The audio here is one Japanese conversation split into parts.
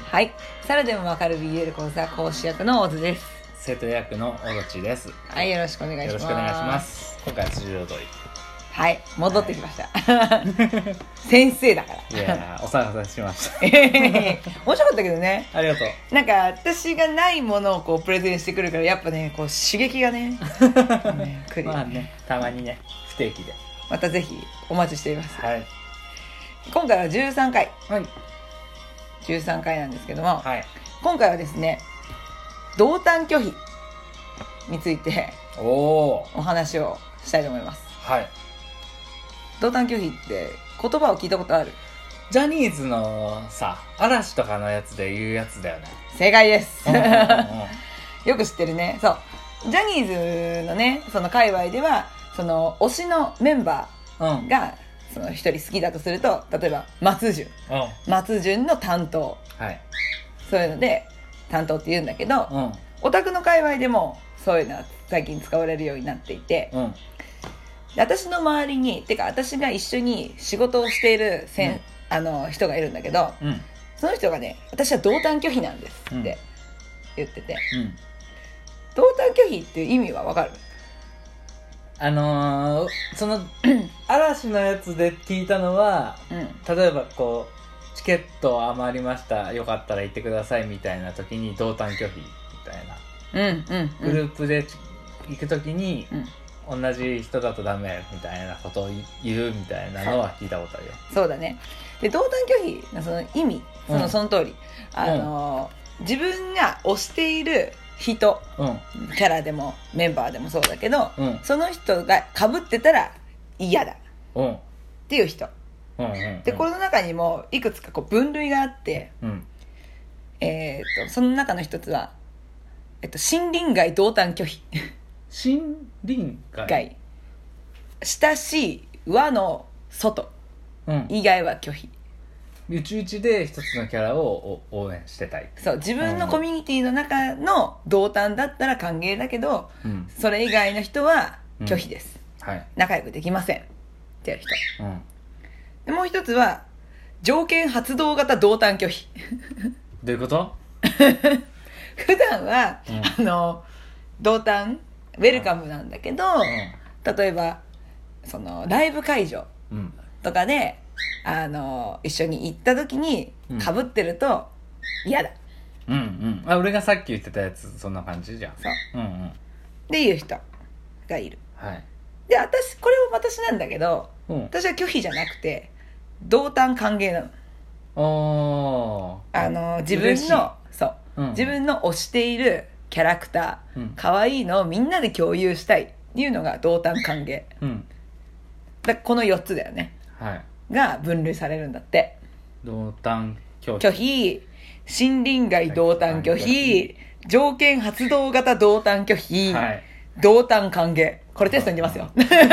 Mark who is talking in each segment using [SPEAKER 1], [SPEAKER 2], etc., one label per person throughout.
[SPEAKER 1] はい、猿でもわかる BL 講座講師役のオズです。
[SPEAKER 2] 生徒役のオロチです。
[SPEAKER 1] はい、よろしくお願いします。
[SPEAKER 2] よろしくお願いします。今回は通常通り。
[SPEAKER 1] はい、戻ってきました。はい、先生だから。
[SPEAKER 2] いやお騒がせしました。
[SPEAKER 1] 面白かったけどね。
[SPEAKER 2] ありがとう。
[SPEAKER 1] なんか私がないものをこうプレゼンしてくるからやっぱねこう刺激がね来る。
[SPEAKER 2] まあね、たまにね不定期で。
[SPEAKER 1] またぜひお待ちしています。
[SPEAKER 2] はい。
[SPEAKER 1] 今回は13回。
[SPEAKER 2] はい。
[SPEAKER 1] 13回なんですけども、
[SPEAKER 2] はい、
[SPEAKER 1] 今回はですね同担拒否についてお話をしたいと思います。
[SPEAKER 2] はい。
[SPEAKER 1] 同担拒否って言葉を聞いたことある？
[SPEAKER 2] ジャニーズのさ嵐とかのやつで言うやつだよね。
[SPEAKER 1] 正解です。よく知ってるね。そうジャニーズのねその界隈ではその推しのメンバーが、その一人好きだとすると例えば松潤、松潤の担当、はい、そういうので担当って言うんだけど、オタクの界隈でもそういうのは最近使われるようになっていて、で私の周りにてか私が一緒に仕事をしている人がいるんだけど、その人がね私は同担拒否なんですって言ってて、同担拒否っていう意味は分かる？
[SPEAKER 2] その嵐のやつで聞いたのは、例えばこうチケット余りましたよかったら行ってくださいみたいな時に同担拒否みたいな、グループで行く時に、同じ人だとダメみたいなことを言うみたいなのは聞いたことあるよ。
[SPEAKER 1] そうだね。で同担拒否のその意味その通り、自分が推している人、キャラでもメンバーでもそうだけど、その人が被ってたら嫌だっていう人、でこの中にもいくつかこう分類があって、その中の一つは、森林外同担拒否。
[SPEAKER 2] 森林外
[SPEAKER 1] 親しい輪の外、以外は拒否。
[SPEAKER 2] うちうちで一つのキャラを応援してたい。
[SPEAKER 1] そう自分のコミュニティの中の同担だったら歓迎だけど、それ以外の人は拒否です、仲良くできませんっていう人、でもう一つは条件発動型同担拒否。
[SPEAKER 2] どういうこと？
[SPEAKER 1] 普段は、同担ウェルカムなんだけど、例えばそのライブ会場とかで、一緒に行った時に被ってると嫌だ、
[SPEAKER 2] 俺がさっき言ってたやつそんな感じじゃん。そう、
[SPEAKER 1] っていう人がいる、でこれは私なんだけど、私は拒否じゃなくて同担歓迎なの。自分の自分の推しているキャラクター、可愛いのをみんなで共有したいっていうのが同担歓迎、だこの4つだよね、が分類されるんだって。
[SPEAKER 2] 同担拒
[SPEAKER 1] 否、森林外同担拒否、条件発動型同担拒否、同担歓迎。これテストに出ますよ。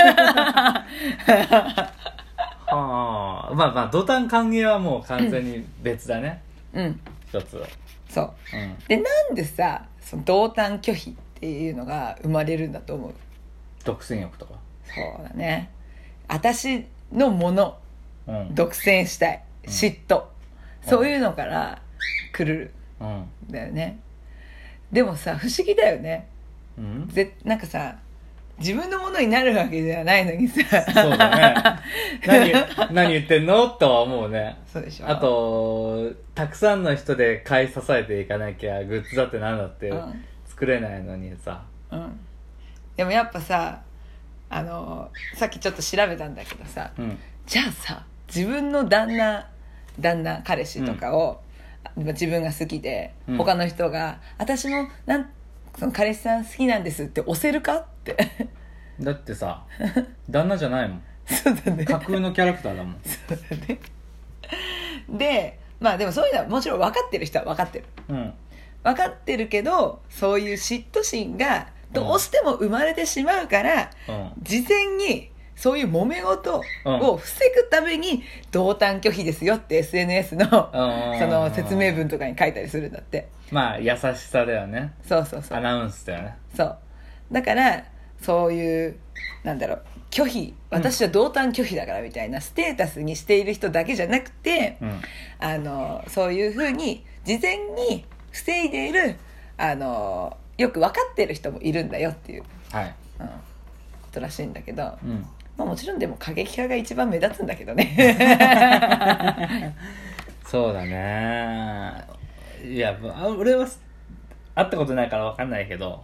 [SPEAKER 2] まあ同担歓迎はもう完全に別だね。一つ。
[SPEAKER 1] そう、でなんでさその同担拒否っていうのが生まれるんだと思う？
[SPEAKER 2] 独占欲とか。
[SPEAKER 1] そうだね。私のもの、独占したい、嫉妬、そういうのから来るんだよね。でもさ不思議だよね、なんかさ自分のものになるわけではないのにさ。
[SPEAKER 2] そうだね。何言ってんのとは思うね。
[SPEAKER 1] そうでしょ。
[SPEAKER 2] あとたくさんの人で買い支えていかなきゃグッズだってなんだって作れないのにさ、
[SPEAKER 1] でもやっぱささっきちょっと調べたんだけどさ、じゃあさ自分の旦那彼氏とかを、自分が好きで、他の人が私もその彼氏さん好きなんですって押せるかって
[SPEAKER 2] だってさ旦那じゃないもん。
[SPEAKER 1] そうだね、
[SPEAKER 2] 架空のキャラクターだもん。
[SPEAKER 1] そうだね。でまあでもそういうのはもちろん分かってる人は分かってる、分かってるけどそういう嫉妬心がどうしても生まれてしまうから、事前にそういう揉め事を防ぐために同担拒否ですよって SNS のその説明文とかに書いたりするんだって。
[SPEAKER 2] まあ優しさだよね。
[SPEAKER 1] そう
[SPEAKER 2] アナウンスだよね。
[SPEAKER 1] そうだからそういうなんだろう拒否、私は同担拒否だからみたいなステータスにしている人だけじゃなくて、そういうふうに事前に防いでいるよく分かってる人もいるんだよっていう、ことらしいんだけど、もちろんでも過激派が一番目立つんだけどね
[SPEAKER 2] そうだね。いや俺は会ったことないから分かんないけど、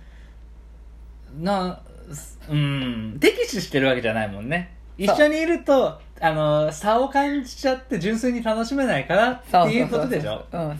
[SPEAKER 2] 敵視してるわけじゃないもんね。一緒にいると差を感じちゃって純粋に楽しめないからっていうことでしょ。そう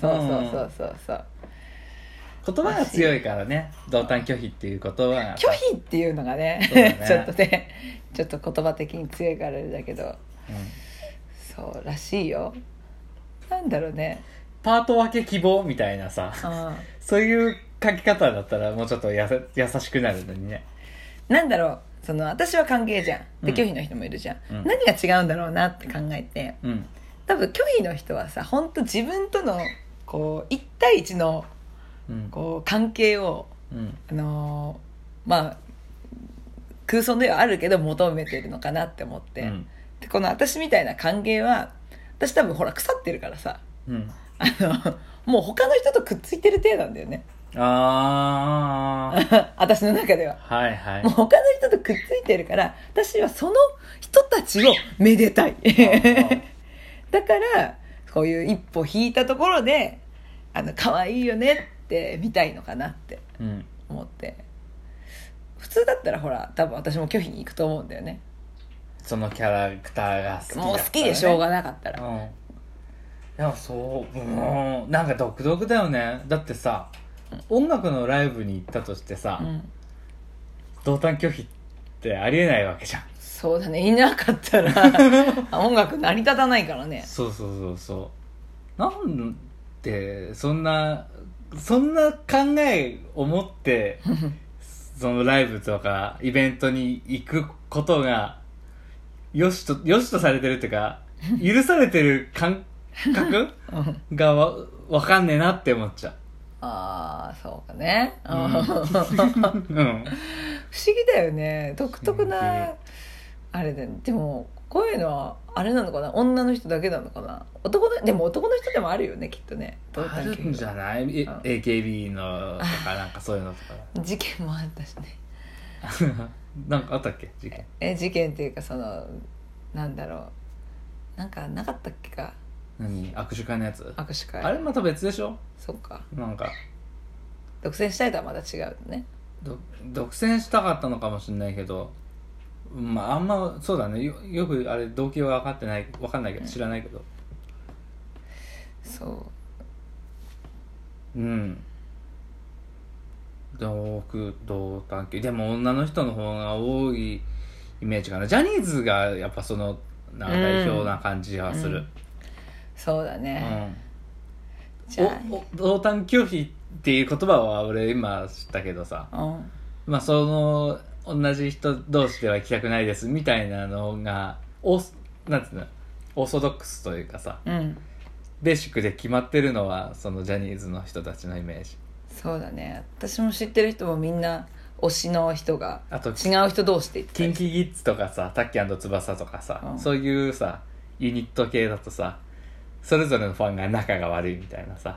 [SPEAKER 2] 言葉が強いからね、同担拒否っていう言葉が
[SPEAKER 1] 拒否っていうのがねちょっと言葉的に強いからあれだけど、そうらしいよ。なんだろうね、
[SPEAKER 2] パート分け希望みたいなさ、そういう書き方だったらもうちょっと優しくなるのにね。
[SPEAKER 1] なんだろう、私は歓迎じゃんで、拒否の人もいるじゃん、何が違うんだろうなって考えて、多分拒否の人はさ、本当自分とのこう1対1のこう関係を、空想ではあるけど求めてるのかなって思って、でこの私みたいな歓迎は、私多分ほら腐ってるからさ、もう他の人とくっついてる程度なんだよね。私の中では、もう他の人とくっついてるから、私はその人たちをめでたいだからこういう一歩引いたところで可愛いよねって見たいのかなって思って、普通だったらほら多分私も拒否に行くと思うんだよね、そ
[SPEAKER 2] のキャラクターが好きだったら、ね、
[SPEAKER 1] もう好きでしょうがなかったら、
[SPEAKER 2] いやそう、なんか独特だよね。だってさ、音楽のライブに行ったとしてさ、同担拒否ってありえないわけじゃん。
[SPEAKER 1] そうだね、いなかったら音楽成り立たないからね。
[SPEAKER 2] そうなんでそんな考えを持ってそのライブとかイベントに行くことがよしとされてるっていうか許されてる感覚がわかんねえなって思っちゃう。
[SPEAKER 1] そうかね、不思議だよね、独特なあれで。でもこういうのはあれなのかな、女の人だけなのかな、でも男の人でもあるよねきっとね。
[SPEAKER 2] あるんじゃない？ AKB のとかなんかそういうのとか
[SPEAKER 1] 事件もあったしね
[SPEAKER 2] なんかあったっけ、事件。
[SPEAKER 1] 事件っていうかなんだろう、なんかなかったっけか。
[SPEAKER 2] 何、握手会のやつ？
[SPEAKER 1] 握手会、
[SPEAKER 2] あれまた別でしょ。
[SPEAKER 1] そっか、
[SPEAKER 2] なんか
[SPEAKER 1] 独占したいとはまた違うね。
[SPEAKER 2] 独占したかったのかもしれないけど、あんまそうだね、よくあれ動機は分かんないけど、知らないけど、同担拒。でも女の人の方が多いイメージかな。ジャニーズがやっぱ代表な感じはする、
[SPEAKER 1] そうだね、
[SPEAKER 2] 同担拒否っていう言葉は俺今知ったけどさ、同じ人同士では行きたくないですみたいなのがなんつうの、オーソドックスというかさ、ベーシックで決まってるのはそのジャニーズの人たちのイメージ。
[SPEAKER 1] そうだね、私も知ってる人もみんな推しの人が違う人同士で行ってたり、
[SPEAKER 2] キンキギッズとかさ、タッキー&翼とかさ、そういうさユニット系だとさ、それぞれのファンが仲が悪いみたいなさ、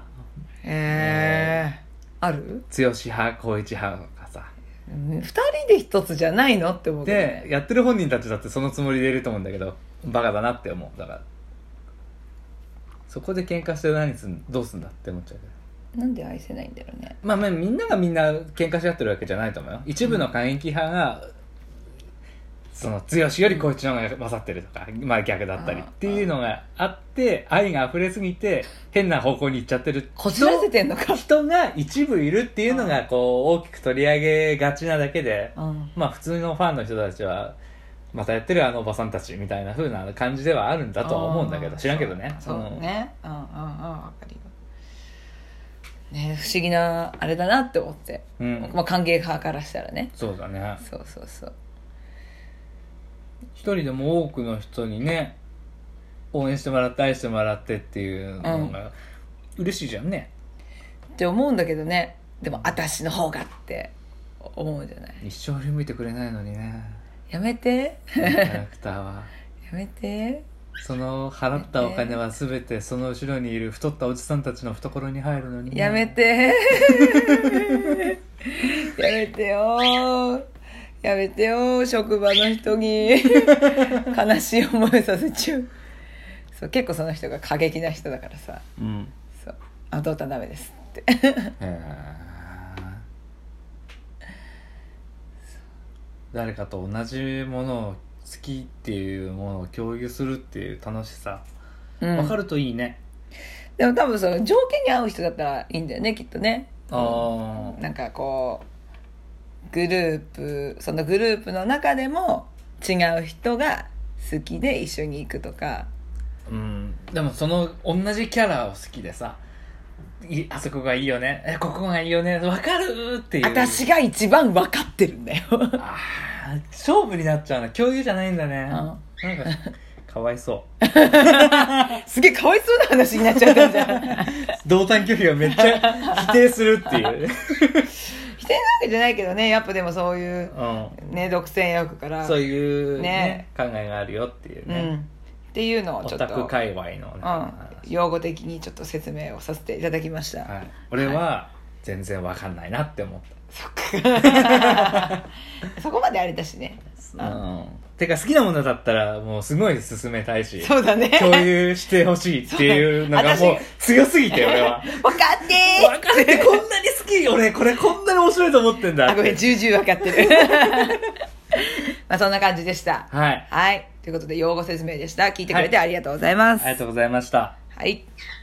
[SPEAKER 1] ある？
[SPEAKER 2] 剛派、光一派とかさ、
[SPEAKER 1] 2人で一つじゃないのって思うけどね。
[SPEAKER 2] でやってる本人たちだってそのつもりでいると思うんだけど、バカだなって思う。だからそこで喧嘩してどうすんだって思っちゃうけど、
[SPEAKER 1] なんで愛せないんだろうね。
[SPEAKER 2] みんながみんな喧嘩し合ってるわけじゃないと思うよ。一部の過激派がその剛よりこいつの方が勝ってるとか、逆だったりっていうのがあって、愛が溢れすぎて変な方向に行っちゃってる、
[SPEAKER 1] こじらせてんのか
[SPEAKER 2] 人が一部いるっていうのがこう大きく取り上げがちなだけで、普通のファンの人たちはまたやってるおばさんたちみたいな風な感じではあるんだとは思うんだけど、知らんけどね。
[SPEAKER 1] そうね、分かるよね。不思議なあれだなって思って、歓迎派からしたらね。
[SPEAKER 2] そうだね。
[SPEAKER 1] そう
[SPEAKER 2] 一人でも多くの人にね応援してもらって愛してもらってっていうのが嬉しいじゃんね、
[SPEAKER 1] って思うんだけどね。でも私の方がって思うじゃない。
[SPEAKER 2] 一生振り向いてくれないのにね、
[SPEAKER 1] やめて
[SPEAKER 2] キャラクターは
[SPEAKER 1] やめて。
[SPEAKER 2] その払ったお金は全てその後ろにいる太ったおじさんたちの懐に入るのに、ね、
[SPEAKER 1] やめてやめてよやめてよ、職場の人に悲しい思いさせちゃう。そう、結構その人が過激な人だからさ、
[SPEAKER 2] うん、
[SPEAKER 1] そうあ、どうたらダメですって
[SPEAKER 2] 誰かと同じものを好きっていうものを共有するっていう楽しさ、分かるといいね。
[SPEAKER 1] でも多分その条件に合う人だったらいいんだよね、きっとね。なんかこうそのグループの中でも違う人が好きで一緒に行くとか。
[SPEAKER 2] でもその同じキャラを好きでさ、あそこがいいよね、ここがいいよね、分かるっていう。
[SPEAKER 1] 私が一番分かってるんだよ
[SPEAKER 2] 勝負になっちゃうな、共有じゃないんだね。なんかかわいそう
[SPEAKER 1] すげえかわいそうな話になっちゃったじゃん
[SPEAKER 2] 同担拒否をめっちゃ否定するっていう
[SPEAKER 1] 否定なわけじゃないけどね、やっぱでもそういう、ね、独占欲から
[SPEAKER 2] そういう、ね、考えがあるよっていうね、
[SPEAKER 1] っていうのをちょっと
[SPEAKER 2] オタク界隈の、
[SPEAKER 1] 用語的にちょっと説明をさせていただきました、
[SPEAKER 2] 俺は全然わかんないなって思った。
[SPEAKER 1] そっかそこまであれだしね、
[SPEAKER 2] てか好きなものだったらもうすごい勧めたいし、
[SPEAKER 1] そうだね、
[SPEAKER 2] 共有してほしいっていうのがもう強すぎて、俺は
[SPEAKER 1] 分かって
[SPEAKER 2] こんなに好き、俺これこんなに面白いと思ってんだ。
[SPEAKER 1] ごめん、重々分かってるまあそんな感じでした。
[SPEAKER 2] はい、
[SPEAKER 1] ということで用語説明でした。聞いてくれてありがとうございます。
[SPEAKER 2] ありがとうございました。
[SPEAKER 1] はい。